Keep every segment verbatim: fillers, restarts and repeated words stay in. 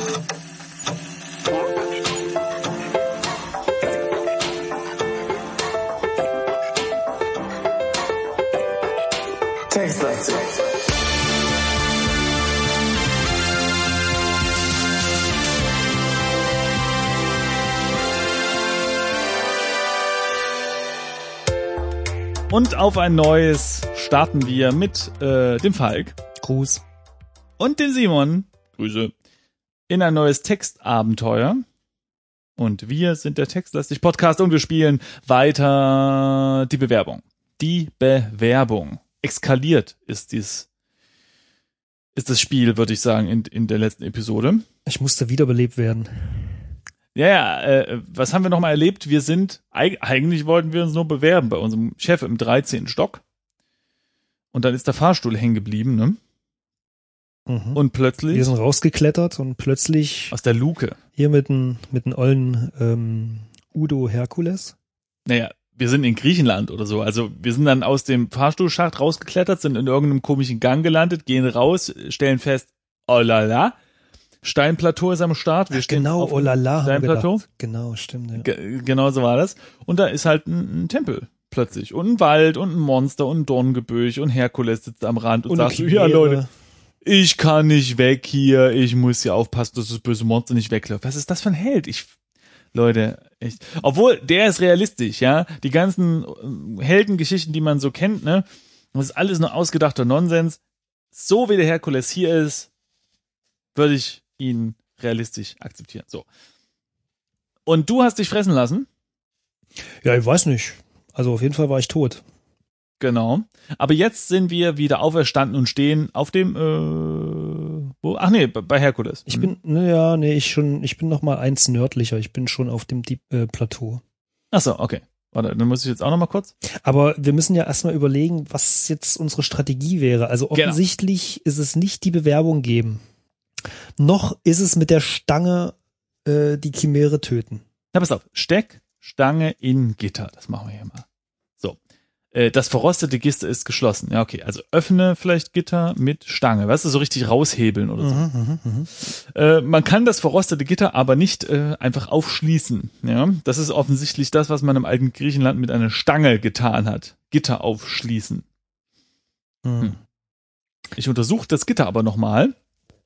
Textlastig. Und auf ein neues starten wir mit äh, dem Falk. Gruß. Und dem Simon. Grüße. In ein neues Textabenteuer. Und wir sind der Textlastig Podcast und wir spielen weiter die Bewerbung. Die Bewerbung. Eskaliert ist dies, ist das Spiel, würde ich sagen, in, in der letzten Episode. Ich musste wiederbelebt werden. Ja, ja, äh, was haben wir nochmal erlebt? Wir sind, eigentlich wollten wir uns nur bewerben bei unserem Chef im dreizehnten Stock. Und dann ist der Fahrstuhl hängen geblieben, ne? Mhm. Und plötzlich... Wir sind rausgeklettert und plötzlich... Aus der Luke. Hier mit dem mit dem ollen ähm, Udo Herkules. Naja, wir sind in Griechenland oder so. Also wir sind dann aus dem Fahrstuhlschacht rausgeklettert, sind in irgendeinem komischen Gang gelandet, gehen raus, stellen fest, oh la la, Steinplateau ist am Start. Wir Ach, stehen genau, auf oh la la, Steinplateau. Genau, stimmt. Ja. G- genau so war das. Und da ist halt ein, ein Tempel plötzlich. Und ein Wald und ein Monster und ein Dorngebüsch und Herkules sitzt am Rand und, und sagt so, ja Leute, ich kann nicht weg hier, ich muss hier aufpassen, dass das böse Monster nicht wegläuft. Was ist das für ein Held? Ich, Leute, echt. Obwohl, der ist realistisch, ja. Die ganzen Heldengeschichten, die man so kennt, ne, das ist alles nur ausgedachter Nonsens. So wie der Herkules hier ist, würde ich ihn realistisch akzeptieren. So. Und du hast dich fressen lassen? Ja, ich weiß nicht. Also auf jeden Fall war ich tot. Genau. Aber jetzt sind wir wieder auferstanden und stehen auf dem, äh, wo? Ach nee, bei Herkules. Ich bin, naja, nee, ich schon, ich bin noch mal eins nördlicher. Ich bin schon auf dem Deep, äh, Plateau. Ach so, okay. Warte, dann muss ich jetzt auch noch mal kurz. Aber wir müssen ja erstmal überlegen, was jetzt unsere Strategie wäre. Also offensichtlich genau. Ist es nicht die Bewerbung geben. Noch ist es mit der Stange äh, die Chimäre töten. Na, pass auf. Steck Stange in Gitter. Das machen wir hier mal. So. Äh, das verrostete Gitter ist geschlossen. Ja, okay. Also öffne vielleicht Gitter mit Stange. Weißt du, so richtig raushebeln oder so. Mhm, mh, äh, man kann das verrostete Gitter aber nicht äh, einfach aufschließen. Ja, das ist offensichtlich das, was man im alten Griechenland mit einer Stange getan hat. Gitter aufschließen. mhm. Hm. Ich untersuche das Gitter aber nochmal.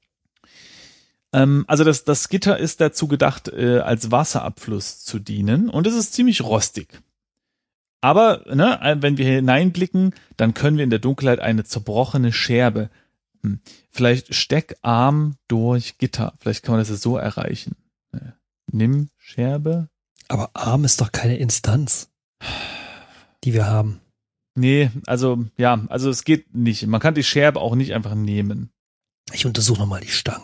Ähm, also das, das Gitter ist dazu gedacht, äh, als Wasserabfluss zu dienen und es ist ziemlich rostig. Aber ne, wenn wir hineinblicken, dann können wir in der Dunkelheit eine zerbrochene Scherbe, hm, vielleicht Steckarm durch Gitter, vielleicht kann man das so erreichen. Nimm Scherbe. Aber Arm ist doch keine Instanz, die wir haben. Nee, also ja, also es geht nicht. Man kann die Scherbe auch nicht einfach nehmen. Ich untersuche nochmal die Stange.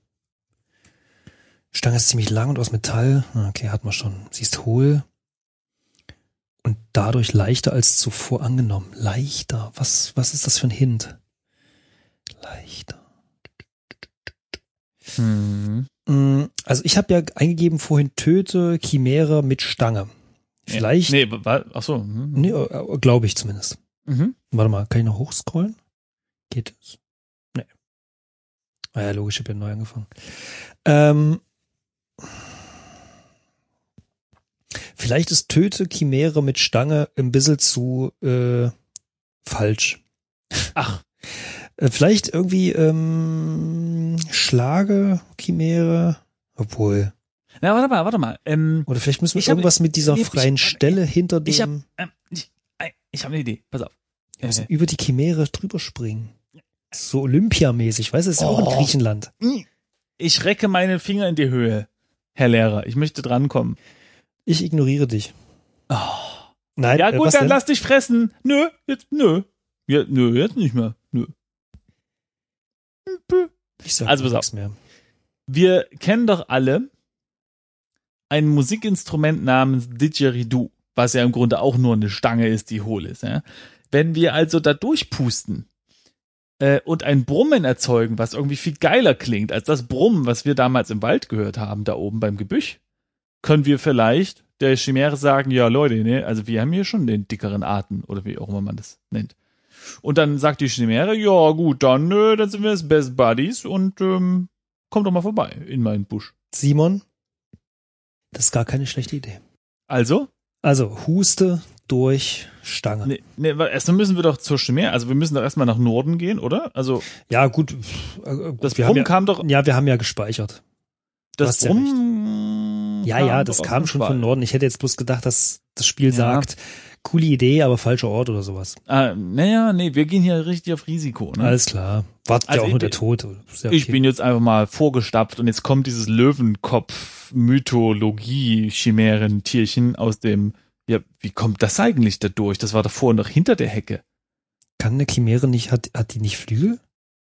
Die Stange ist ziemlich lang und aus Metall. Okay, hat man schon. Sie ist hohl. Und dadurch leichter als zuvor angenommen. Leichter. Was, was ist das für ein Hint? Leichter. Hm. Also ich habe ja eingegeben vorhin töte Chimäre mit Stange. Vielleicht. Nee, war, ach so. Hm. Nee, glaube ich zumindest. Mhm. Warte mal, kann ich noch hochscrollen? Geht es? Nee. Ah ja, logisch, ich habe ja neu angefangen. Ähm. Vielleicht ist töte Chimäre mit Stange ein bisschen zu äh, falsch. Ach. Äh, vielleicht irgendwie ähm, schlage Chimäre, obwohl. Na, warte mal, warte mal. Ähm, Oder vielleicht müssen wir hab, irgendwas mit dieser ich, freien ich, Stelle hinter dem. Ich habe ähm, ich, ich hab eine Idee. Pass auf. Wir müssen äh, über die Chimäre drüber springen. So Olympiamäßig. Weißt du, das ist ja oh. auch in Griechenland. Ich recke meine Finger in die Höhe, Herr Lehrer. Ich möchte drankommen. Ich ignoriere dich. Oh. Nein, ja gut, äh, dann denn? lass dich fressen. Nö, jetzt, nö. Ja, nö, jetzt nicht mehr. Nö. Ich sag also pass nichts auf. mehr. Wir kennen doch alle ein Musikinstrument namens Didgeridoo, was ja im Grunde auch nur eine Stange ist, die hohl ist. Ja? Wenn wir also da durchpusten äh, und ein Brummen erzeugen, was irgendwie viel geiler klingt als das Brummen, was wir damals im Wald gehört haben, da oben beim Gebüsch, können wir vielleicht der Chimäre sagen, ja Leute, ne, also wir haben hier schon den dickeren Atem oder wie auch immer man das nennt. Und dann sagt die Chimäre, ja gut, dann, äh, dann sind wir jetzt Best Buddies und ähm, komm doch mal vorbei in meinen Busch. Simon, das ist gar keine schlechte Idee. Also? Also, Huste durch Stange. Nee, nee, erstmal müssen wir doch zur Chimäre, also wir müssen doch erstmal nach Norden gehen, oder? Also. Ja, gut. Das Brumm ja, kam doch. Ja, wir haben ja gespeichert. Das Brumm. Ja, ja, ja, das kam schon von Norden. Ich hätte jetzt bloß gedacht, dass das Spiel ja. sagt, coole Idee, aber falscher Ort oder sowas. Ah, naja, nee, wir gehen hier richtig auf Risiko. Ne? Alles klar. Wartet also ja auch nur der Tod. Ja okay. Ich bin jetzt einfach mal vorgestapft und jetzt kommt dieses Löwenkopf-Mythologie-Chimären-Tierchen aus dem, ja, wie kommt das eigentlich da durch? Das war davor noch hinter der Hecke. Kann eine Chimäre nicht, hat, hat die nicht Flügel?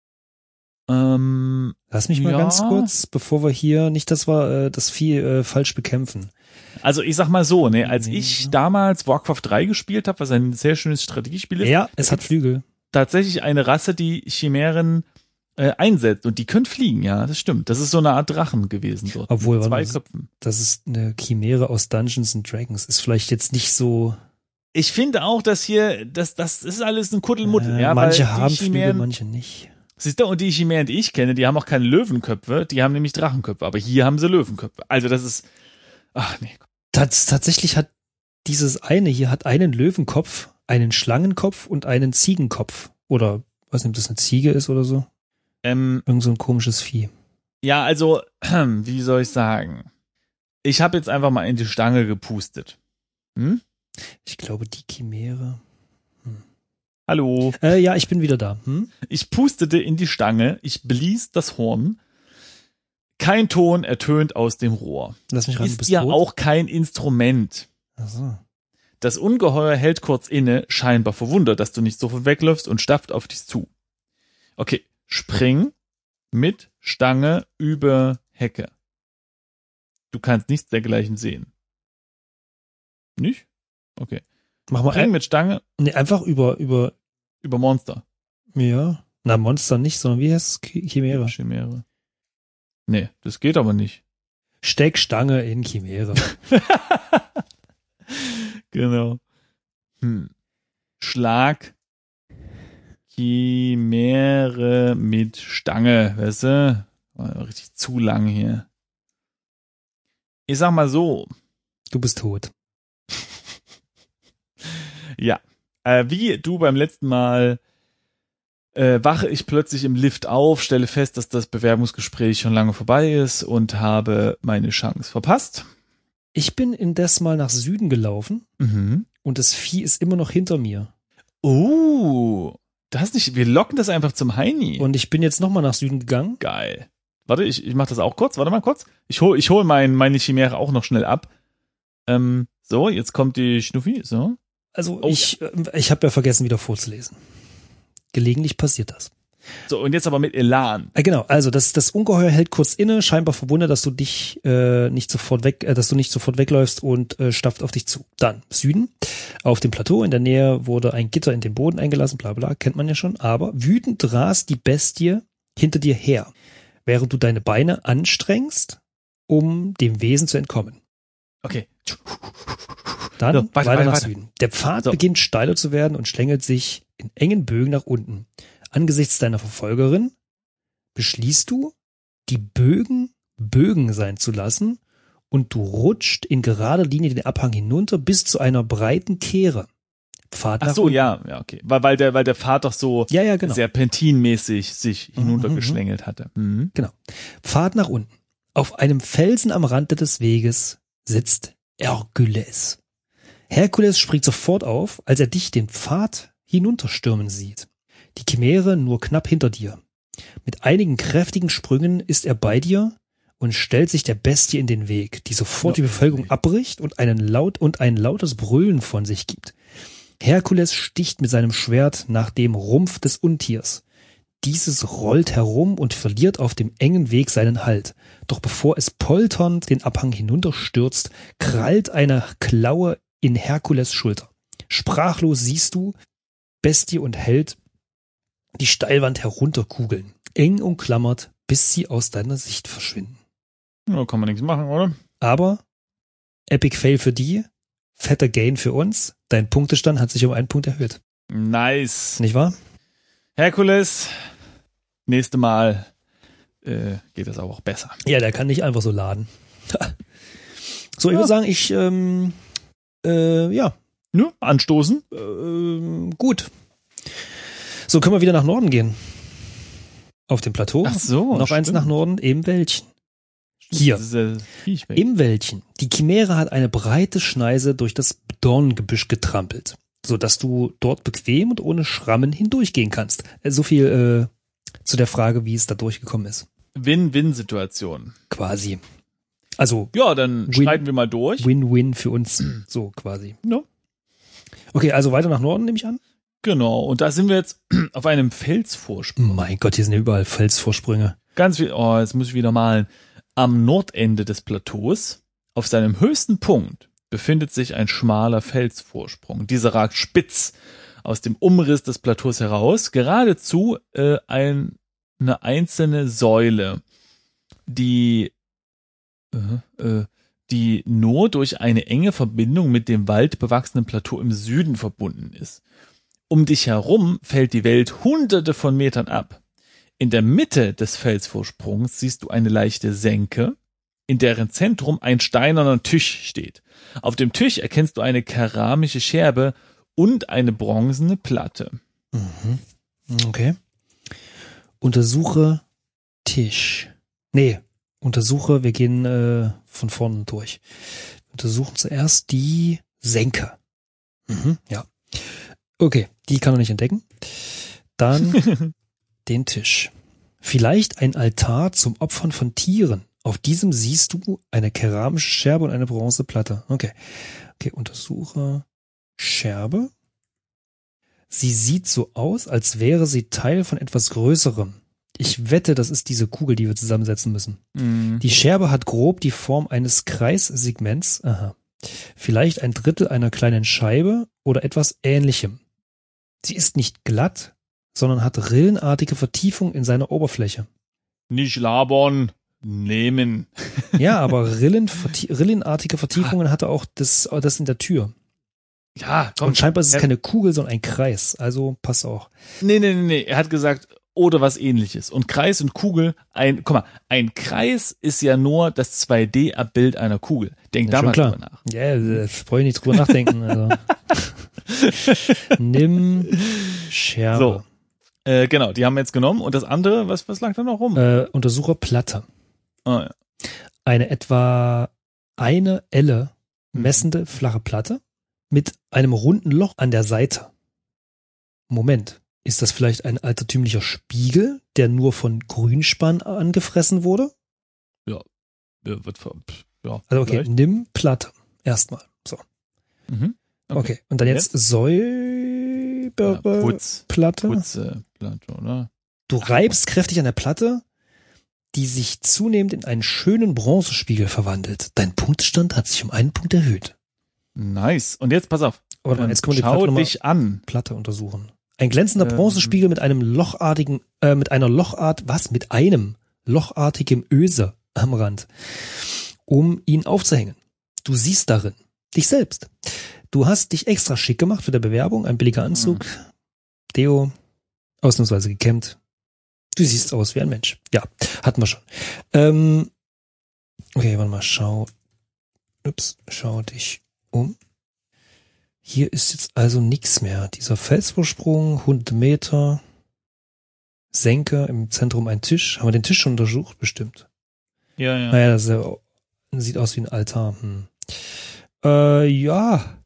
Ähm, Lass mich mal ja. ganz kurz, bevor wir hier, nicht, dass wir äh, das Vieh äh, falsch bekämpfen. Also ich sag mal so, ne, als nee, ich ja. damals Warcraft drei gespielt habe, was ein sehr schönes Strategiespiel ist. Ja, es hat Flügel. Tatsächlich eine Rasse, die Chimären äh, einsetzt und die können fliegen, ja, das stimmt. Das ist so eine Art Drachen gewesen dort. Obwohl, mit zwei das, Köpfen. Das ist eine Chimäre aus Dungeons and Dragons. Ist vielleicht jetzt nicht so. Ich finde auch, dass hier, das, das ist alles ein Kuddelmuddel. Äh, ja, manche weil haben Chimären, Flügel, manche nicht. Siehst du, und die Chimären, die ich kenne, die haben auch keine Löwenköpfe, die haben nämlich Drachenköpfe, aber hier haben sie Löwenköpfe. Also das ist, ach nee. Tats- tatsächlich hat dieses eine hier hat einen Löwenkopf, einen Schlangenkopf und einen Ziegenkopf. Oder, weiß nicht, ob das eine Ziege ist oder so. Ähm, Irgend so ein komisches Vieh. Ja, also, wie soll ich sagen? Ich habe jetzt einfach mal in die Stange gepustet. Hm? Ich glaube, die Chimäre. Hm. Hallo. Äh, ja, ich bin wieder da. Hm? Ich pustete in die Stange, ich blies das Horn. Kein Ton ertönt aus dem Rohr. Lass mich ran, Ist du bist ja tot? auch kein Instrument. Ach so. Das Ungeheuer hält kurz inne, scheinbar verwundert, dass du nicht sofort wegläufst und stapft auf dich zu. Okay, spring mit Stange über Hecke. Du kannst nichts dergleichen sehen. Nicht? Okay. Mach mal Spring mit Stange. Nee, einfach über, über. Über Monster. Ja. Na, Monster nicht, sondern wie heißt es? Chimäre. Chimäre. Nee, das geht aber nicht. Steck Stange in Chimäre. Genau. Hm. Schlag Chimäre mit Stange, weißt du? War richtig zu lang hier. Ich sag mal so. Du bist tot. Ja. Äh, wie du beim letzten Mal äh, wache ich plötzlich im Lift auf, stelle fest, dass das Bewerbungsgespräch schon lange vorbei ist und habe meine Chance verpasst. Ich bin indes mal nach Süden gelaufen Mhm. und das Vieh ist immer noch hinter mir. Oh, das nicht, wir locken das einfach zum Heini. Und ich bin jetzt nochmal nach Süden gegangen. Geil. Warte, ich, ich mach das auch kurz. Warte mal kurz. Ich hol, ich hol mein, meine Chimäre auch noch schnell ab. Ähm, so, jetzt kommt die Schnuffi. So. Also Oh. ich, äh, ich habe ja vergessen, wieder vorzulesen. Gelegentlich passiert das. So, und jetzt aber mit Elan. Äh, genau, also das, das Ungeheuer hält kurz inne, scheinbar verwundert, dass du dich äh, nicht sofort weg, äh, dass du nicht sofort wegläufst und äh, stapft auf dich zu. Dann Süden, auf dem Plateau in der Nähe wurde ein Gitter in den Boden eingelassen, bla bla, kennt man ja schon, aber wütend rast die Bestie hinter dir her, während du deine Beine anstrengst, um dem Wesen zu entkommen. Okay. Dann So, weiter, weiter weiter, nach weiter. Süden. Der Pfad So. beginnt steiler zu werden und schlängelt sich in engen Bögen nach unten. Angesichts deiner Verfolgerin beschließt du, die Bögen Bögen sein zu lassen und du rutscht in gerader Linie den Abhang hinunter bis zu einer breiten Kehre. Pfad Ach nach so, unten. ja, ja, okay. Weil, weil der, weil der Pfad doch so Ja, ja, genau. serpentinmäßig sich Mhm, hinuntergeschlängelt hatte. Mhm. Pfad nach unten. Auf einem Felsen am Rande des Weges sitzt Herkules. Herkules springt sofort auf, als er dich den Pfad hinunterstürmen sieht. Die Chimäre nur knapp hinter dir. Mit einigen kräftigen Sprüngen ist er bei dir und stellt sich der Bestie in den Weg, die sofort Ja, die Bevölkerung okay. abbricht und einen laut und ein lautes Brüllen von sich gibt. Herkules sticht mit seinem Schwert nach dem Rumpf des Untiers. Dieses rollt herum und verliert auf dem engen Weg seinen Halt. Doch bevor es polternd den Abhang hinunterstürzt, krallt eine Klaue in Herkules Schulter. Sprachlos siehst du Bestie und Held die Steilwand herunterkugeln, eng umklammert, bis sie aus deiner Sicht verschwinden. Ja, kann man nichts machen, oder? Aber Epic Fail für die, fetter Gain für uns. Dein Punktestand hat sich um einen Punkt erhöht. Nice. Nicht wahr? Herkules, nächste Mal äh, geht das auch besser. Ja, der kann nicht einfach so laden. So, ich ja. würde sagen, ich, ähm, äh, ja. Ja, anstoßen. Äh, gut. So, können wir wieder nach Norden gehen. Auf dem Plateau. Ach so. Noch stimmt. Eins nach Norden, im Wäldchen. Hier. Äh, Im Wäldchen. Die Chimäre hat eine breite Schneise durch das Dornengebüsch getrampelt, sodass du dort bequem und ohne Schrammen hindurchgehen kannst. So viel äh, zu der Frage, wie es da durchgekommen ist. Win-Win-Situation. Quasi. Also. Ja, dann win, schreiten wir mal durch. Win-Win für uns. So quasi. Ja. Okay, also weiter nach Norden nehme ich an. Genau, und da sind wir jetzt auf einem Felsvorsprung. Mein Gott, hier sind ja überall Felsvorsprünge. Ganz viel, oh, jetzt muss ich wieder malen. Am Nordende des Plateaus, auf seinem höchsten Punkt, befindet sich ein schmaler Felsvorsprung. Dieser ragt spitz aus dem Umriss des Plateaus heraus, geradezu äh, ein, eine einzelne Säule, die, äh, äh, die nur durch eine enge Verbindung mit dem waldbewachsenen Plateau im Süden verbunden ist. Um dich herum fällt die Welt hunderte von Metern ab. In der Mitte des Felsvorsprungs siehst du eine leichte Senke, in deren Zentrum ein steinerner Tisch steht. Auf dem Tisch erkennst du eine keramische Scherbe und eine bronzene Platte. Mhm. Okay. Untersuche Tisch. Nee, untersuche, wir gehen äh, von vorne durch. Wir untersuchen zuerst die Senke. Mhm, ja. Okay, die kann er nicht entdecken. Dann den Tisch. Vielleicht ein Altar zum Opfern von Tieren. Auf diesem siehst du eine keramische Scherbe und eine Bronzeplatte. Okay. Okay, untersuche Scherbe. Sie sieht so aus, als wäre sie Teil von etwas Größerem. Ich wette, das ist diese Kugel, die wir zusammensetzen müssen. Mhm. Die Scherbe hat grob die Form eines Kreissegments. Aha. Vielleicht ein Drittel einer kleinen Scheibe oder etwas Ähnlichem. Sie ist nicht glatt, sondern hat rillenartige Vertiefung in seiner Oberfläche. Nicht labern, nehmen. Ja, aber Rillen, rillenartige Vertiefungen hatte auch das, das in der Tür. Ja, komm. Und scheinbar ist es keine Kugel, sondern ein Kreis. Also pass auch. Nee, nee, nee, nee. Er hat gesagt, oder was Ähnliches. Und Kreis und Kugel, ein, guck mal, ein Kreis ist ja nur das zwei D-Abbild einer Kugel. Denk ja, da mal klar. drüber nach. Ja, da brauche ich nicht drüber nachdenken. Also. Nimm Scherbe. So. Äh, genau, die haben wir jetzt genommen. Und das andere, was, was lag da noch rum? Äh, Untersucher Platte. Oh, ja. Eine etwa eine Elle messende flache Platte mit einem runden Loch an der Seite. Moment, ist das vielleicht ein altertümlicher Spiegel, der nur von Grünspann angefressen wurde? Ja. Ja, wird, ja also okay, vielleicht. Nimm Platte. Erstmal. So. Mhm. Okay. okay, und dann jetzt, jetzt? säubere ja, Putz, Platte. Putze, Platte, oder? Du reibst kräftig an der Platte, die sich zunehmend in einen schönen Bronzespiegel verwandelt. Dein Punktstand hat sich um einen Punkt erhöht. Nice. Und jetzt pass auf. Aber ähm, jetzt können wir die schau Platte dich an. Platte untersuchen. Ein glänzender Bronzespiegel ähm. mit einem lochartigen, äh, mit einer Lochart, was? Mit einem lochartigen Öse am Rand, um ihn aufzuhängen. Du siehst darin dich selbst. Du hast dich extra schick gemacht für die Bewerbung, ein billiger Anzug, mhm. Deo, ausnahmsweise gekämmt. Du siehst aus wie ein Mensch. Ja, hatten wir schon. Ähm, okay, warte mal, schau. Ups, schau dich um. Hier ist jetzt also nichts mehr. Dieser Felsvorsprung, hundert Meter, Senke, im Zentrum ein Tisch. Haben wir den Tisch schon untersucht? Bestimmt. Ja, ja. Naja, das, ja, das sieht aus wie ein Altar. Hm. Äh, ja.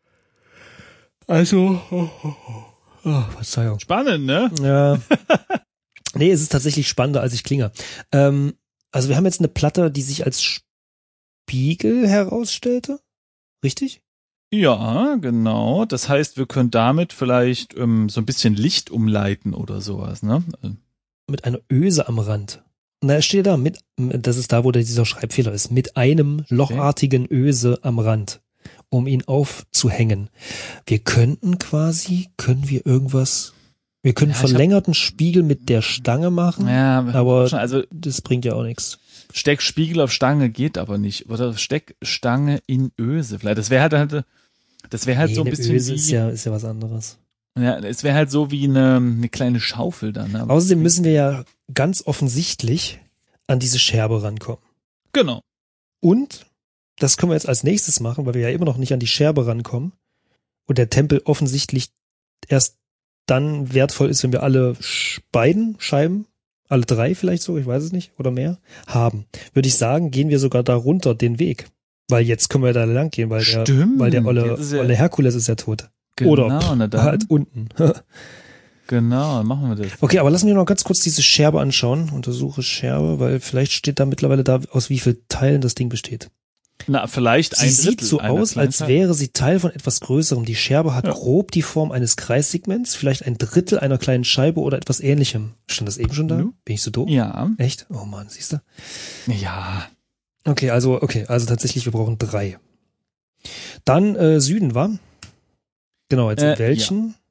Also, oh, oh, oh, Verzeihung. Spannend, ne? Ja. Nee, es ist tatsächlich spannender, als ich klinge. Ähm, also wir haben jetzt eine Platte, die sich als Spiegel herausstellte. Richtig? Ja, genau. Das heißt, wir können damit vielleicht ähm, so ein bisschen Licht umleiten oder sowas, ne? Mit einer Öse am Rand. Na, steht da, mit, das ist da, wo dieser Schreibfehler ist, mit einem lochartigen Öse am Rand, um ihn aufzuhängen. Wir könnten quasi, können wir irgendwas, wir können ja, verlängerten hab, Spiegel mit der Stange machen, ja, aber schon, also, das bringt ja auch nichts. Steckspiegel auf Stange geht aber nicht. Oder Steckstange in Öse. Vielleicht. Das wäre halt, halt, das wäre halt nee, so ein bisschen Öse wie, ist ja, ist ja was anderes. Ja, es wäre halt so wie eine, eine kleine Schaufel dann. Ne? Außerdem müssen wir ja ganz offensichtlich an diese Scherbe rankommen. Genau. Und das können wir jetzt als nächstes machen, weil wir ja immer noch nicht an die Scherbe rankommen und der Tempel offensichtlich erst dann wertvoll ist, wenn wir alle beiden Scheiben, alle drei vielleicht so, ich weiß es nicht, oder mehr, haben. Würde ich sagen, gehen wir sogar da runter den Weg. Weil jetzt können wir da lang gehen, weil der, Stimmt. weil der olle, ja, olle Herkules ist ja tot. Genau, oder na dann. halt unten. Genau, dann machen wir das. Okay, aber lassen wir noch ganz kurz diese Scherbe anschauen. Untersuche Scherbe, weil vielleicht steht da mittlerweile da, aus wie vielen Teilen das Ding besteht. Na, vielleicht sie ein Drittel. Sie sieht so aus, als wäre sie Teil von etwas Größerem. Die Scherbe hat ja. grob die Form eines Kreissegments, vielleicht ein Drittel einer kleinen Scheibe oder etwas Ähnlichem. Stand das eben schon da? Mhm. Bin ich so doof? Ja. Echt? Oh Mann, siehst du? Ja. Okay, also okay, also tatsächlich, wir brauchen drei. Dann äh, Süden, war? Genau, jetzt äh, in welchen? Ja.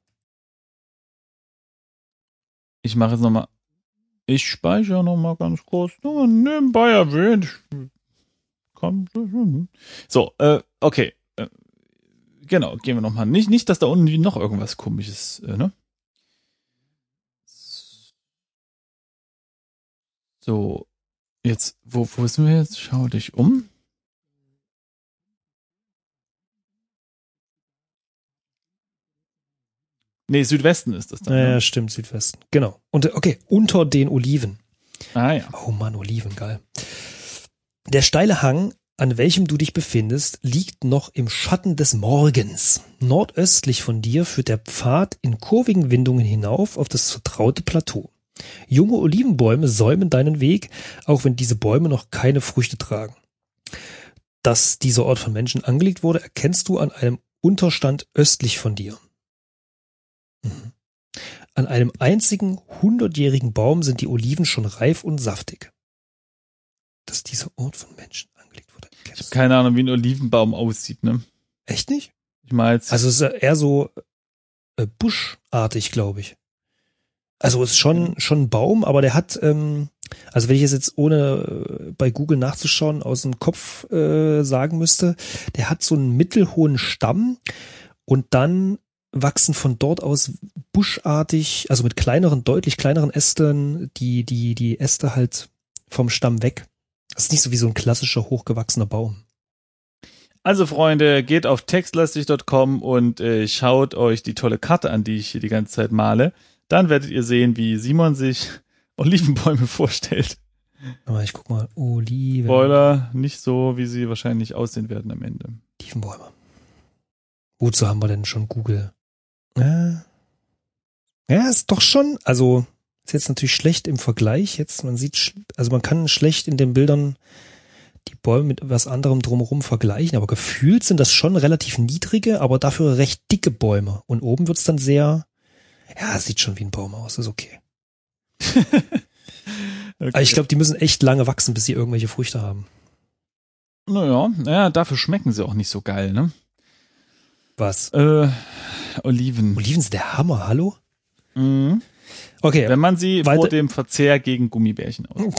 Ich mache jetzt nochmal. Ich speichere nochmal ganz kurz. Oh, nebenbei erwähnt. So, äh, okay. Äh, genau, gehen wir nochmal. Nicht, nicht, dass da unten noch irgendwas Komisches, äh, ne? So, jetzt, wo, wo sind wir jetzt? Schau dich um. Nee, Südwesten ist das dann. Ja, ne? Stimmt, Südwesten. Genau. Und okay, unter den Oliven. Ah ja. Oh Mann, Oliven, geil. Der steile Hang, an welchem du dich befindest, liegt noch im Schatten des Morgens. Nordöstlich von dir führt der Pfad in kurvigen Windungen hinauf auf das vertraute Plateau. Junge Olivenbäume säumen deinen Weg, auch wenn diese Bäume noch keine Früchte tragen. Dass dieser Ort von Menschen angelegt wurde, erkennst du an einem Unterstand östlich von dir. Mhm. An einem einzigen hundertjährigen Baum sind die Oliven schon reif und saftig. Dass dieser Ort von Menschen angelegt wurde. Ich habe keine Ahnung, wie ein Olivenbaum aussieht, ne? Echt nicht? Ich meine jetzt. Also es ist eher so äh, buschartig, glaube ich. Also es ist schon schon ein Baum, aber der hat, ähm, also wenn ich es jetzt ohne äh, bei Google nachzuschauen aus dem Kopf äh, sagen müsste, der hat so einen mittelhohen Stamm und dann wachsen von dort aus buschartig, also mit kleineren, deutlich kleineren Ästen, die die die Äste halt vom Stamm weg. Das ist nicht so wie so ein klassischer hochgewachsener Baum. Also Freunde, geht auf textlastig punkt com und äh, schaut euch die tolle Karte an, die ich hier die ganze Zeit male. Dann werdet ihr sehen, wie Simon sich Olivenbäume vorstellt. Aber ich guck mal, Oliven. Spoiler, nicht so, wie sie wahrscheinlich aussehen werden am Ende. Olivenbäume. Wozu haben wir denn schon Google? Ja, ja, ist doch schon, also ist jetzt natürlich schlecht im Vergleich. Jetzt, man sieht, also man kann schlecht in den Bildern die Bäume mit was anderem drumherum vergleichen, aber gefühlt sind das schon relativ niedrige, aber dafür recht dicke Bäume. Und oben wird's dann sehr, ja, es sieht schon wie ein Baum aus, ist okay. okay. Aber ich glaube, die müssen echt lange wachsen, bis sie irgendwelche Früchte haben. Naja, naja, dafür schmecken sie auch nicht so geil, ne? Was? Äh, Oliven. Oliven sind der Hammer, hallo? Mhm. Okay. Wenn man sie weiter. vor dem Verzehr gegen Gummibärchen aus.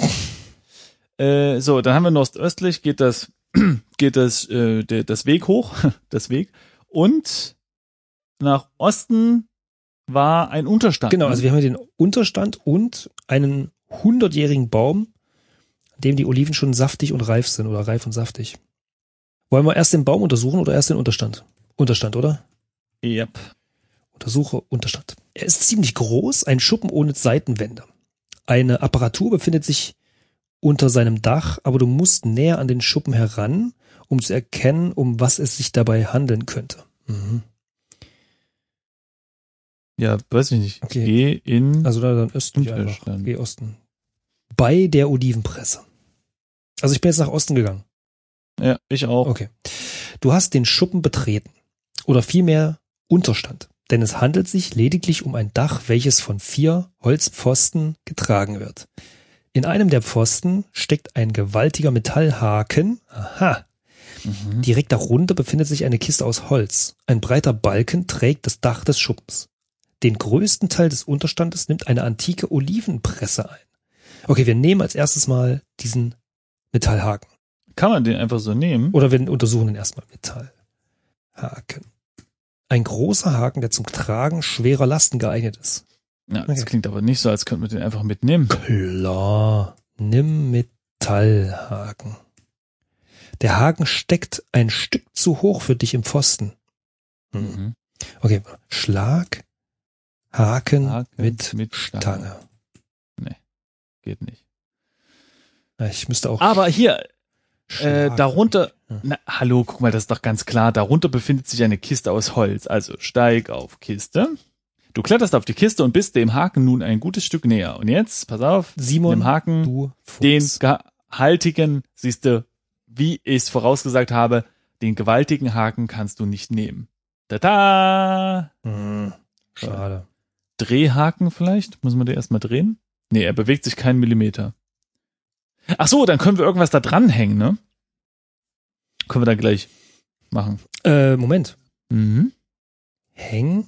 äh, so, dann haben wir nordöstlich, geht das, geht das, äh, der, das Weg hoch, das Weg. Und nach Osten war ein Unterstand. Genau, also wir haben hier den Unterstand und einen hundertjährigen Baum, an dem die Oliven schon saftig und reif sind oder reif und saftig. Wollen wir erst den Baum untersuchen oder erst den Unterstand? Unterstand, oder? Yep. Untersuche Unterstand. Er ist ziemlich groß, ein Schuppen ohne Seitenwände. Eine Apparatur befindet sich unter seinem Dach, aber du musst näher an den Schuppen heran, um zu erkennen, um was es sich dabei handeln könnte. Mhm. Ja, weiß ich nicht. Okay. Geh in Also da dann Osten. Geh Osten. Bei der Olivenpresse. Also ich bin jetzt nach Osten gegangen. Ja, ich auch. Okay. Du hast den Schuppen betreten. Oder vielmehr Unterstand. Denn es handelt sich lediglich um ein Dach, welches von vier Holzpfosten getragen wird. In einem der Pfosten steckt ein gewaltiger Metallhaken. Aha. Mhm. Direkt darunter befindet sich eine Kiste aus Holz. Ein breiter Balken trägt das Dach des Schuppens. Den größten Teil des Unterstandes nimmt eine antike Olivenpresse ein. Okay, wir nehmen als erstes mal diesen Metallhaken. Kann man den einfach so nehmen? Oder wir untersuchen den erstmal. Metallhaken. Ein großer Haken, der zum Tragen schwerer Lasten geeignet ist. Ja, das okay. Klingt aber nicht so, als könnte man den einfach mitnehmen. Klar. Nimm Metallhaken. Der Haken steckt ein Stück zu hoch für dich im Pfosten. Hm. Mhm. Okay, Schlag, Haken, Haken mit, mit Stange. Stange. Nee, geht nicht. Ich müsste auch. Aber hier, äh, Schlag. darunter, Ja. na, hallo, guck mal, das ist doch ganz klar. Darunter befindet sich eine Kiste aus Holz. Also steig auf Kiste. Du kletterst auf die Kiste und bist dem Haken nun ein gutes Stück näher. Und jetzt, pass auf, Simon, dem Haken, du Fuchs. den gehaltigen, siehst du, wie ich es vorausgesagt habe, den gewaltigen Haken kannst du nicht nehmen. Tada! Hm, schade. Drehhaken vielleicht? Muss man den erstmal drehen? Nee, er bewegt sich keinen Millimeter. Ach so, dann können wir irgendwas da dranhängen, ne? Können wir dann gleich machen. Äh, Moment. Mhm. Häng,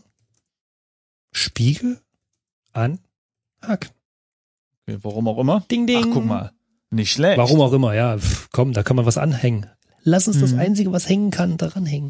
Spiegel an Haken. Okay, warum auch immer. Ding, ding. Ach, guck mal. Nicht schlecht. Warum auch immer, ja. Pff, komm, da kann man was anhängen. Lass uns das Mhm. Einzige, was hängen kann, daran hängen.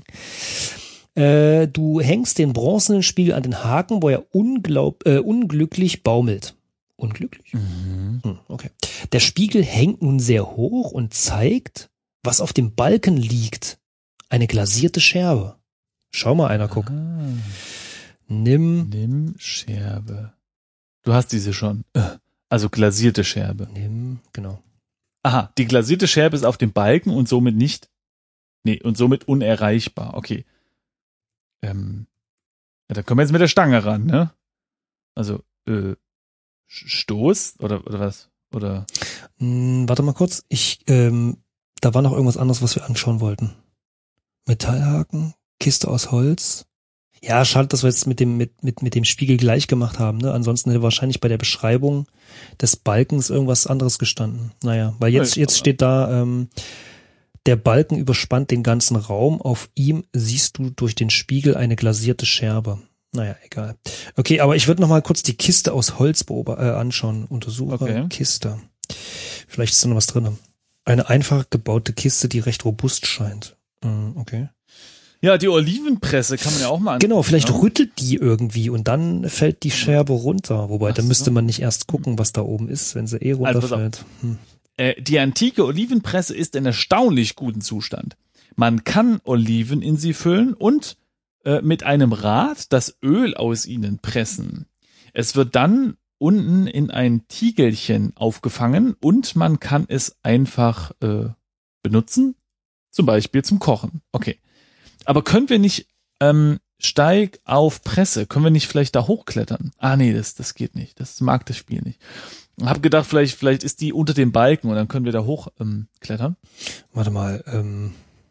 Äh, du hängst den bronzenen Spiegel an den Haken, wo er unglaub, äh, unglücklich baumelt. Unglücklich? Mhm. Hm, okay. Der Spiegel hängt nun sehr hoch und zeigt, was auf dem Balken liegt. Eine glasierte Scherbe. Schau mal einer, guck. Ah. Nimm, Nimm Scherbe. Du hast diese schon. Also glasierte Scherbe. nimm, genau. Aha, die glasierte Scherbe ist auf dem Balken und somit nicht, nee, und somit unerreichbar. Okay. Ähm, ja, da kommen wir jetzt mit der Stange ran, ne? Also, äh, Stoß oder, oder was? Oder? Hm, warte mal kurz. Ich, ähm, da war noch irgendwas anderes, was wir anschauen wollten. Metallhaken, Kiste aus Holz. Ja, schade, dass wir jetzt mit dem, mit, mit, mit dem Spiegel gleich gemacht haben, ne? Ansonsten hätte wahrscheinlich bei der Beschreibung des Balkens irgendwas anderes gestanden. Naja, weil jetzt, jetzt steht da, ähm, der Balken überspannt den ganzen Raum. Auf ihm siehst du durch den Spiegel eine glasierte Scherbe. Naja, egal. Okay, aber ich würde noch mal kurz die Kiste aus Holz beob- äh, anschauen. Untersuche Okay. Kiste. Vielleicht ist da noch was drin. Eine einfach gebaute Kiste, die recht robust scheint. Mm, okay. Ja, die Olivenpresse kann man ja auch mal Genau, angucken, vielleicht ne? rüttelt die irgendwie und dann fällt die Scherbe runter. Wobei, Ach da müsste so. man nicht erst gucken, was da oben ist, wenn sie eh Also, pass auf. runterfällt. Hm. Äh, die antike Olivenpresse ist in erstaunlich gutem Zustand. Man kann Oliven in sie füllen und äh, mit einem Rad das Öl aus ihnen pressen. Es wird dann unten in ein Tiegelchen aufgefangen und man kann es einfach äh, benutzen, zum Beispiel zum Kochen. Okay. Aber können wir nicht ähm, Steig auf Presse, können wir nicht vielleicht da hochklettern? Ah nee, das, das geht nicht. Das mag das Spiel nicht. Hab gedacht, vielleicht, vielleicht ist die unter dem Balken und dann können wir da hoch ähm, klettern. Warte mal, ähm,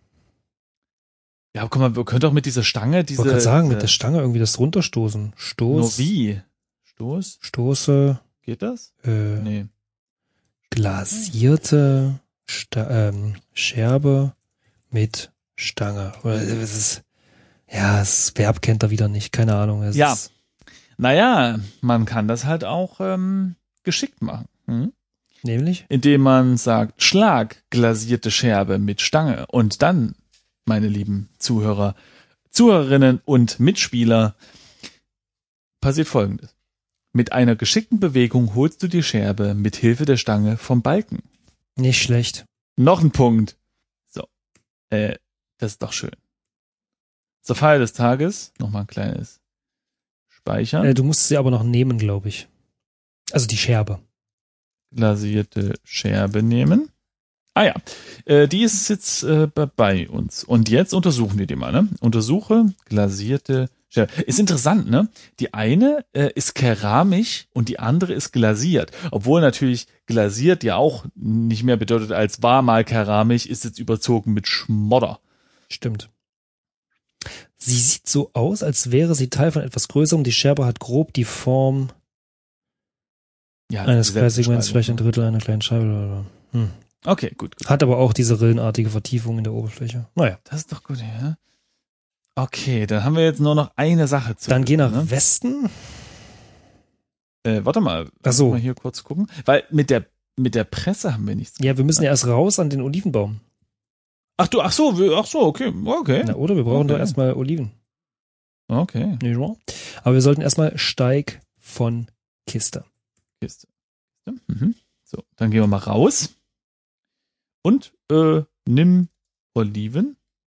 Ja, guck mal, wir können doch mit dieser Stange ich diese. wollte gerade sagen, äh, mit der Stange irgendwie das runterstoßen. Stoß, Nur wie? Stoß? Stoße, Geht das? äh, Nee. glasierte Sta- ähm, Scherbe mit Stange. Oder es ist, ja, das Verb kennt er wieder nicht, keine Ahnung. Es Ja. ist, Naja, man kann das halt auch ähm, geschickt machen. Hm? nämlich? Indem man sagt, Schlag, glasierte Scherbe mit Stange. Und dann, meine lieben Zuhörer, Zuhörerinnen und Mitspieler, passiert Folgendes. Mit einer geschickten Bewegung holst du die Scherbe mit Hilfe der Stange vom Balken. Nicht schlecht. Noch ein Punkt. So, äh, das ist doch schön. Zur Feier des Tages, nochmal ein kleines Speichern. Äh, du musst sie aber noch nehmen, glaube ich. Also die Scherbe. Glasierte Scherbe nehmen. Ah ja, äh, die ist jetzt äh, bei- bei uns. Und jetzt untersuchen wir die mal, ne? Untersuche glasierte Scherbe. Ist interessant, ne? Die eine äh, ist keramisch und die andere ist glasiert. Obwohl natürlich glasiert ja auch nicht mehr bedeutet als war mal keramisch, ist jetzt überzogen mit Schmodder. Stimmt. Sie sieht so aus, als wäre sie Teil von etwas Größerem. Die Scherbe hat grob die Form Ja, eines dieselbe Kreissegments, vielleicht ein Beschreibung. Drittel einer kleinen Scheibe. Hm. Okay, gut, gut. Hat aber auch diese rillenartige Vertiefung in der Oberfläche. Naja. Das ist doch gut, ja. Okay, dann haben wir jetzt nur noch eine Sache zu. Dann geh nach ne? Westen. Äh, warte mal, Ach so. mal hier kurz gucken. Weil mit der, mit der Presse haben wir nichts. Ja, wir müssen ja erst raus an den Olivenbaum. Ach du, ach so, wir, ach so, okay, okay. Na, oder? Wir brauchen Okay. doch erstmal Oliven. Okay, Nicht wahr? Aber wir sollten erstmal Steig von Kiste. Kiste. Mhm. So, dann gehen wir mal raus. Und äh, nimm Oliven.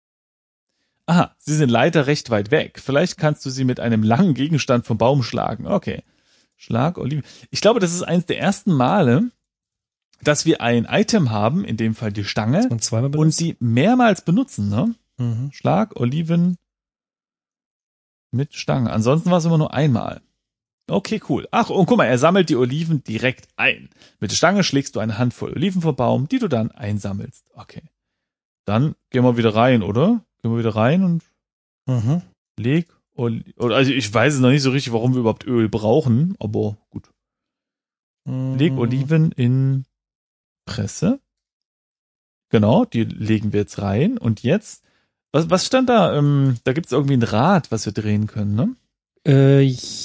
Aha, sie sind leider recht weit weg. Vielleicht kannst du sie mit einem langen Gegenstand vom Baum schlagen. Okay. Schlag Oliven. Ich glaube, das ist eines der ersten Male, dass wir ein Item haben, in dem Fall die Stange, und, zweimal und die mehrmals benutzen. Ne? Mhm. Schlag Oliven mit Stange. Ansonsten war es immer nur einmal. Okay, cool. Ach, und guck mal, er sammelt die Oliven direkt ein. Mit der Stange schlägst du eine Handvoll Oliven vom Baum, die du dann einsammelst. Okay. Dann gehen wir wieder rein, oder? Gehen wir wieder rein und mhm. leg Oliven. Also ich weiß es noch nicht so richtig, warum wir überhaupt Öl brauchen, aber gut. Mhm. Leg Oliven in Presse. Genau, die legen wir jetzt rein. Und jetzt, was, was stand da? Ähm, da gibt es irgendwie ein Rad, was wir drehen können, ne? Äh,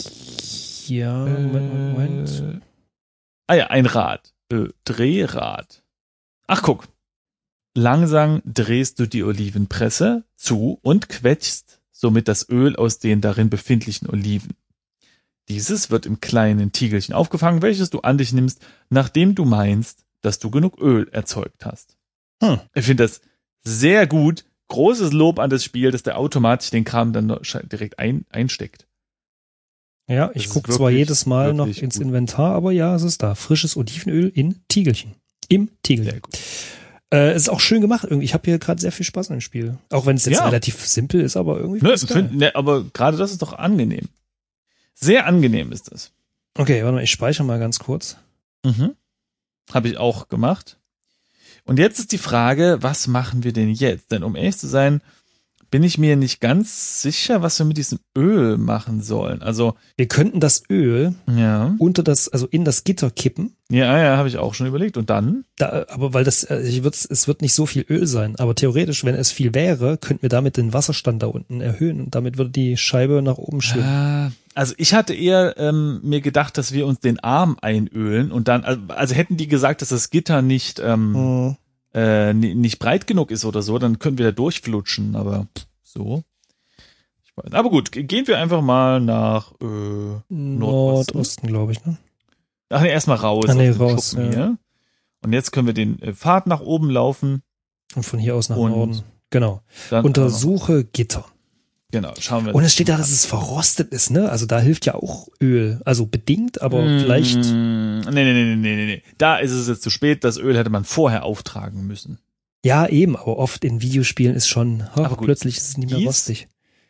ja, Moment, Moment. Äh, ah ja, ein Rad. Äh, Drehrad. Ach, guck. Langsam drehst du die Olivenpresse zu und quetschst somit das Öl aus den darin befindlichen Oliven. Dieses wird im kleinen Tiegelchen aufgefangen, welches du an dich nimmst, nachdem du meinst, dass du genug Öl erzeugt hast. Hm. Ich finde das sehr gut. Großes Lob an das Spiel, dass der automatisch den Kram dann direkt ein, einsteckt. Ja, ich gucke zwar jedes Mal noch ins gut. Inventar, aber ja, es ist da. Frisches Olivenöl in Tiegelchen. Im Tiegelchen. Sehr gut. Äh, es ist auch schön gemacht irgendwie. Ich habe hier gerade sehr viel Spaß an dem Spiel. Auch wenn es jetzt ja. relativ simpel ist, aber irgendwie. Ne, find, ne, aber gerade das ist doch angenehm. Sehr angenehm ist das. Okay, warte mal, ich speichere mal ganz kurz. Mhm. Habe ich auch gemacht. Und jetzt ist die Frage, was machen wir denn jetzt? Denn um ehrlich zu sein, bin ich mir nicht ganz sicher, was wir mit diesem Öl machen sollen. Also wir könnten das Öl ja. unter das, also in das Gitter kippen. Ja, ja, habe ich auch schon überlegt. Und dann? Da, aber weil das, ich würd, es wird nicht so viel Öl sein. Aber theoretisch, wenn es viel wäre, könnten wir damit den Wasserstand da unten erhöhen und damit würde die Scheibe nach oben schwimmen. Ah, also ich hatte eher ähm, mir gedacht, dass wir uns den Arm einölen und dann, also hätten die gesagt, dass das Gitter nicht ähm, hm. äh, nicht breit genug ist oder so, dann können wir da durchflutschen. Aber so. Ich weiß. Aber gut, gehen wir einfach mal nach äh, Nordosten, Nordosten glaube ich, ne? Ach nee, erstmal raus. Ah, nee, raus, ja. Hier. Und jetzt können wir den äh, Pfad nach oben laufen. Und von hier aus nach Norden. Genau. Untersuche Gitter. Genau, schauen wir. Und es steht da, dass es verrostet ist, ne? Also da hilft ja auch Öl. Also bedingt, aber mmh, vielleicht. Nee, nee, nee, nee, nee, nee. Da ist es jetzt zu spät. Das Öl hätte man vorher auftragen müssen. Ja, eben, aber oft in Videospielen ist schon, oh, aber gut, plötzlich ist es nicht mehr rostig.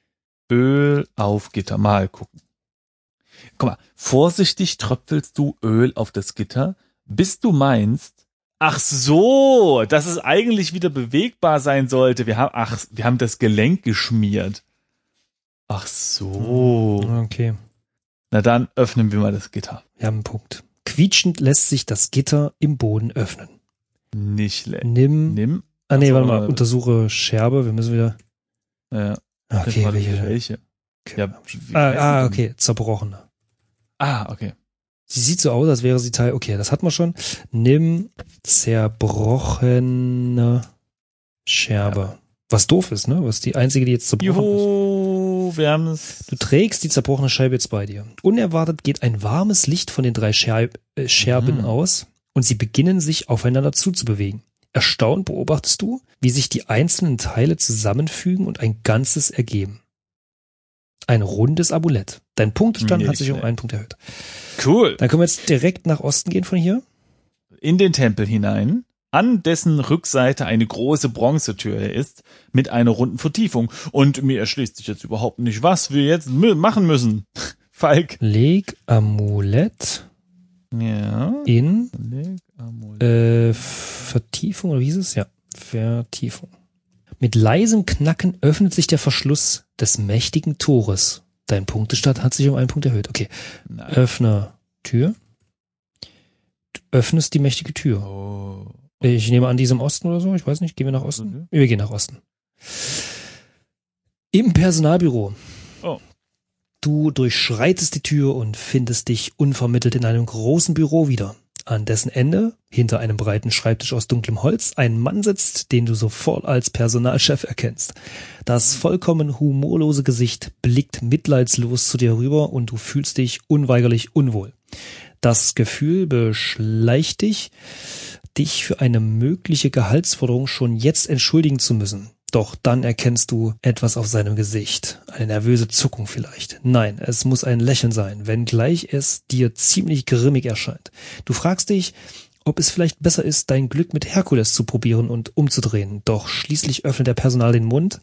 Öl auf Gitter. Mal gucken. Guck mal, vorsichtig tröpfelst du Öl auf das Gitter, bis du meinst, ach so, dass es eigentlich wieder bewegbar sein sollte. Wir haben, ach, wir haben das Gelenk geschmiert. Ach so. Okay. Na dann öffnen wir mal das Gitter. Wir haben einen Punkt. Quietschend lässt sich das Gitter im Boden öffnen. Nicht schlecht. Nimm. Nimm. Ah nee, warte mal, untersuche Scherbe. Wir müssen wieder. Ja. Okay, welche? welche? Okay. Ja, ah, ah, okay, zerbrochene. Ah, okay. Sie sieht so aus, als wäre sie Teil. Okay, das hat man schon. Nimm zerbrochene Scherbe. Ja. Was doof ist, ne? Was die einzige, die jetzt zerbrochen Juhu, ist. Wir haben es. Du trägst die zerbrochene Scheibe jetzt bei dir. Unerwartet geht ein warmes Licht von den drei Scherb äh, Scherben mhm. aus und sie beginnen sich aufeinander zuzubewegen. Erstaunt beobachtest du, wie sich die einzelnen Teile zusammenfügen und ein Ganzes ergeben. Ein rundes Amulett. Dein Punktestand hat sich um einen Punkt erhöht. Cool. Dann können wir jetzt direkt nach Osten gehen von hier. In den Tempel hinein, an dessen Rückseite eine große Bronzetür ist, mit einer runden Vertiefung. Und mir erschließt sich jetzt überhaupt nicht, was wir jetzt machen müssen. Falk. Leg Amulett ja. in Leg Amulett. Äh, Vertiefung, oder wie hieß es? Ja, Vertiefung. Mit leisem Knacken öffnet sich der Verschluss des mächtigen Tores. Dein Punktestand hat sich um einen Punkt erhöht. Okay. Nein. Öffne Tür. Du öffnest die mächtige Tür. Oh. Ich nehme an, diesem Osten oder so. Ich weiß nicht. Gehen wir nach Osten? Mhm. Wir gehen nach Osten. Im Personalbüro. Oh. Du durchschreitest die Tür und findest dich unvermittelt in einem großen Büro wieder. An dessen Ende, hinter einem breiten Schreibtisch aus dunklem Holz, ein Mann sitzt, den du sofort als Personalchef erkennst. Das vollkommen humorlose Gesicht blickt mitleidslos zu dir rüber und du fühlst dich unweigerlich unwohl. Das Gefühl beschleicht dich, dich für eine mögliche Gehaltsforderung schon jetzt entschuldigen zu müssen. Doch dann erkennst du etwas auf seinem Gesicht. Eine nervöse Zuckung vielleicht. Nein, es muss ein Lächeln sein, wenngleich es dir ziemlich grimmig erscheint. Du fragst dich, ob es vielleicht besser ist, dein Glück mit Herkules zu probieren und umzudrehen. Doch schließlich öffnet der Personal den Mund.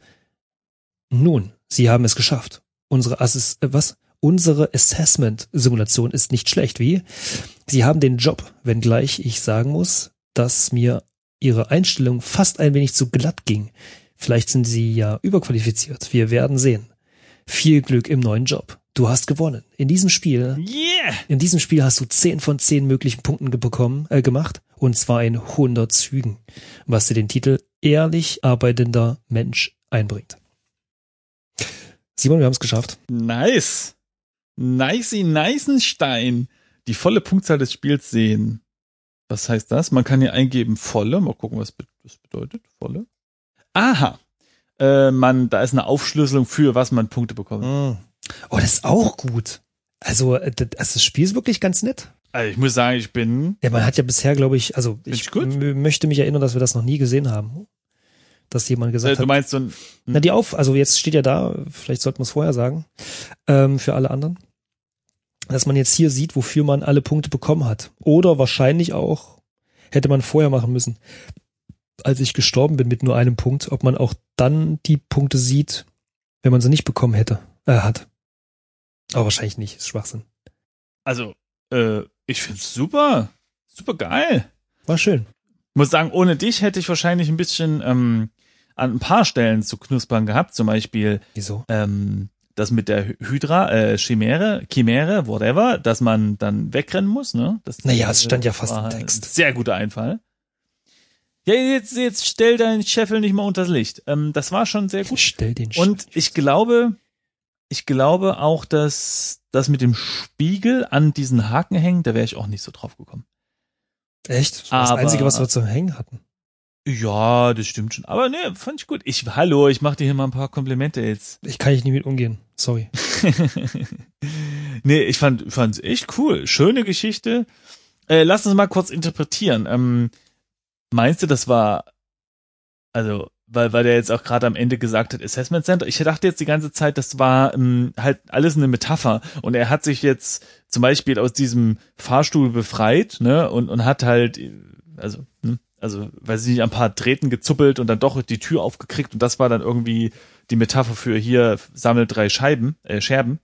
Nun, sie haben es geschafft. Unsere Assist- äh, was? Unsere Assessment-Simulation ist nicht schlecht, wie? Sie haben den Job, wenngleich ich sagen muss, dass mir ihre Einstellung fast ein wenig zu glatt ging. Vielleicht sind sie ja überqualifiziert. Wir werden sehen. Viel Glück im neuen Job. Du hast gewonnen. In diesem Spiel, Yeah! in diesem Spiel hast du zehn von zehn möglichen Punkten bekommen, äh, gemacht. Und zwar in hundert Zügen. Was dir den Titel ehrlich arbeitender Mensch einbringt. Simon, wir haben es geschafft. Nice. Nicey Neisenstein. Die volle Punktzahl des Spiels sehen. Was heißt das? Man kann hier eingeben volle. Mal gucken, was das bedeutet. Volle. Aha. Äh, man, da ist eine Aufschlüsselung für, was man Punkte bekommt. Mm. Oh, das ist auch gut. Also, das, das Spiel ist wirklich ganz nett. Also ich muss sagen, ich bin... Ja, man hat ja bisher, glaube ich, also ich, ich gut? m- möchte mich erinnern, dass wir das noch nie gesehen haben. Dass jemand gesagt äh, du hat... meinst so ein... Na, die auf, also jetzt steht ja da, vielleicht sollten wir es vorher sagen, ähm, für alle anderen, dass man jetzt hier sieht, wofür man alle Punkte bekommen hat. Oder wahrscheinlich auch, hätte man vorher machen müssen, als ich gestorben bin mit nur einem Punkt, ob man auch dann die Punkte sieht, wenn man sie nicht bekommen hätte, äh, hat. Aber wahrscheinlich nicht, ist Schwachsinn. Also, äh, ich find's super. Super geil. War schön. Muss sagen, ohne dich hätte ich wahrscheinlich ein bisschen ähm, an ein paar Stellen zu knuspern gehabt. Zum Beispiel Wieso? ähm, das mit der Hydra, äh, Chimäre, Chimäre, whatever, dass man dann wegrennen muss. Ne? Das, Naja, es stand ja fast war im Text. Ein sehr guter Einfall. Ja, jetzt, jetzt stell deinen Scheffel nicht mal unters Licht. Ähm, das war schon sehr gut. Stell den Und ich glaube, ich glaube auch, dass das mit dem Spiegel an diesen Haken hängen, da wäre ich auch nicht so drauf gekommen. Echt? Das war das Aber- Einzige, was wir zu hängen hatten. Ja, das stimmt schon. Aber ne, fand ich gut. Ich, hallo, ich mach dir hier mal ein paar Komplimente jetzt. Ich kann ich nicht mit umgehen. Sorry. Nee, ich fand, fand's echt cool. Schöne Geschichte. Äh, lass uns mal kurz interpretieren. Ähm, meinst du, das war, also, weil, weil der jetzt auch gerade am Ende gesagt hat, Assessment Center. Ich dachte jetzt die ganze Zeit, das war ähm, halt alles eine Metapher. Und er hat sich jetzt zum Beispiel aus diesem Fahrstuhl befreit, ne, und, und hat halt, also, hm, also, weiß ich nicht, ein paar Drähten gezuppelt und dann doch die Tür aufgekriegt und das war dann irgendwie die Metapher für hier, sammelt drei Scheiben, äh, Scherben.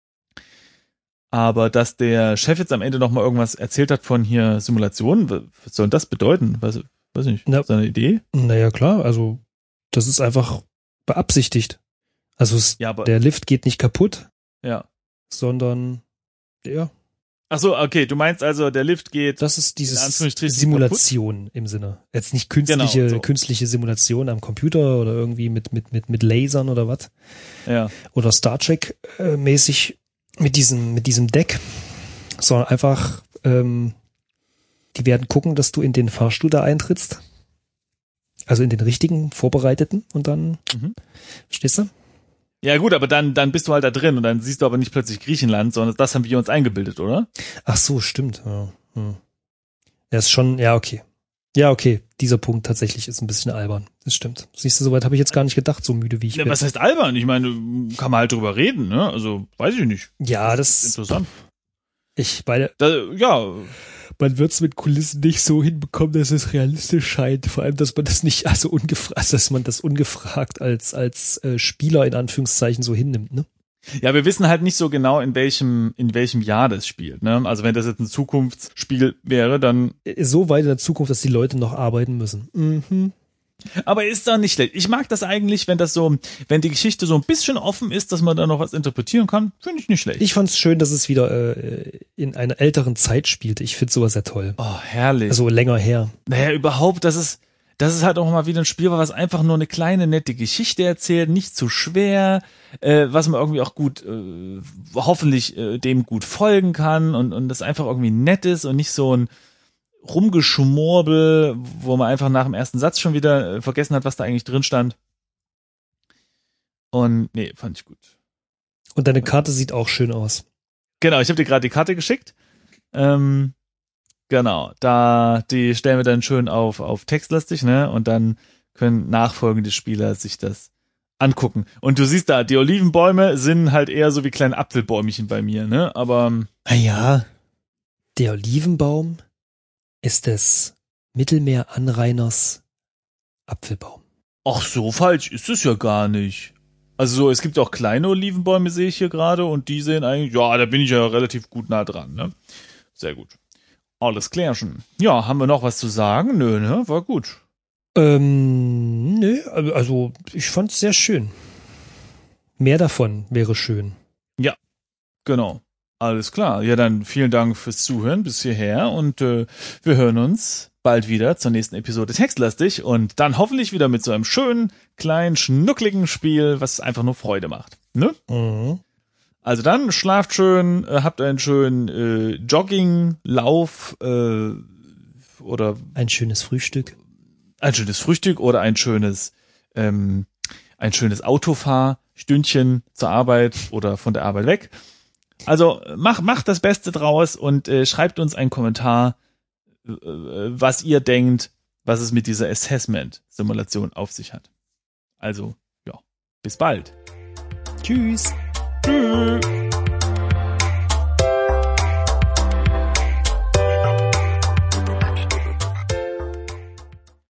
Aber dass der Chef jetzt am Ende nochmal irgendwas erzählt hat von hier Simulationen, was soll das bedeuten? Weiß, weiß ich nicht, Na, ist das eine Idee? Naja, klar, also das ist einfach beabsichtigt. Also es, Ja, aber, der Lift geht nicht kaputt, ja. sondern ja, Ach so, okay, du meinst also, der Lift geht, das ist in dieses Anführungsstrichen Simulation im Sinne. Jetzt nicht künstliche, Genau, so. künstliche Simulation am Computer oder irgendwie mit, mit, mit, mit Lasern oder was. ja, Oder Star Trek äh, mäßig mit diesem, mit diesem Deck, sondern einfach, ähm, die werden gucken, dass du in den Fahrstuhl da eintrittst. Also in den richtigen, vorbereiteten und dann, Mhm. verstehst du? ja gut, aber dann, dann bist du halt da drin und dann siehst du aber nicht plötzlich Griechenland, sondern das haben wir uns eingebildet, oder? Ach so, stimmt. Ja, hm. Ja, ist schon, ja, okay. Ja, okay. Dieser Punkt tatsächlich ist ein bisschen albern. Das stimmt. Siehst du, soweit habe ich jetzt gar nicht gedacht, so müde wie ich Ja, bin. was heißt albern? Ich meine, kann man halt drüber reden, ne? Also, weiß ich nicht. Ja, das Interessant. Ich meine, Da, ja, man wird es mit Kulissen nicht so hinbekommen, dass es realistisch scheint. Vor allem, dass man das nicht, also ungefragt, dass man das ungefragt als als äh, Spieler in Anführungszeichen so hinnimmt, ne? ja, wir wissen halt nicht so genau, in welchem, in welchem Jahr das spielt, ne? Also wenn das jetzt ein Zukunftsspiel wäre, dann. So weit in der Zukunft, dass die Leute noch arbeiten müssen. Mhm. Aber ist doch nicht schlecht. Ich mag das eigentlich, wenn das so, wenn die Geschichte so ein bisschen offen ist, dass man da noch was interpretieren kann, finde ich nicht schlecht. Ich fand's schön, dass es wieder äh, in einer älteren Zeit spielte. Ich finde sowas sehr toll. Oh, herrlich. Also länger her. Naja, überhaupt, das ist, das ist halt auch mal wieder ein Spiel, was einfach nur eine kleine, nette Geschichte erzählt, nicht zu schwer, äh, was man irgendwie auch gut, äh, hoffentlich äh, dem gut folgen kann und, und das einfach irgendwie nett ist und nicht so ein Rumgeschmurbel, wo man einfach nach dem ersten Satz schon wieder äh, vergessen hat, was da eigentlich drin stand. Und nee, fand ich gut. Und deine Karte sieht auch schön aus. Genau, ich habe dir gerade die Karte geschickt. Ähm, genau, da die stellen wir dann schön auf auf textlastig, ne? Und dann können nachfolgende Spieler sich das angucken. Und du siehst da, die Olivenbäume sind halt eher so wie kleine Apfelbäumchen bei mir, ne? Aber ah ja, der Olivenbaum ist des Mittelmeeranrainers Apfelbaum. ach, so falsch ist es ja gar nicht. Also so, es gibt auch kleine Olivenbäume, sehe ich hier gerade, und die sehen eigentlich, ja, da bin ich ja relativ gut nah dran, ne? Sehr gut. Alles klärchen. Ja, haben wir noch was zu sagen? Nö, ne? War gut. Ähm, nö, also ich fand's sehr schön. Mehr davon wäre schön. Ja, genau. Alles klar. Ja, dann vielen Dank fürs Zuhören bis hierher und äh, wir hören uns bald wieder zur nächsten Episode Textlastig und dann hoffentlich wieder mit so einem schönen, kleinen, schnuckligen Spiel, was einfach nur Freude macht. Ne? Mhm. Also dann schlaft schön, äh, habt einen schönen äh, Jogging, Lauf äh, oder ein schönes Frühstück. Ein schönes Frühstück oder ein schönes ähm, ein schönes Autofahrstündchen zur Arbeit oder von der Arbeit weg. Also mach, mach das Beste draus und äh, schreibt uns einen Kommentar, äh, was ihr denkt, was es mit dieser Assessment-Simulation auf sich hat. Also, ja, bis bald. Tschüss. Tschüss.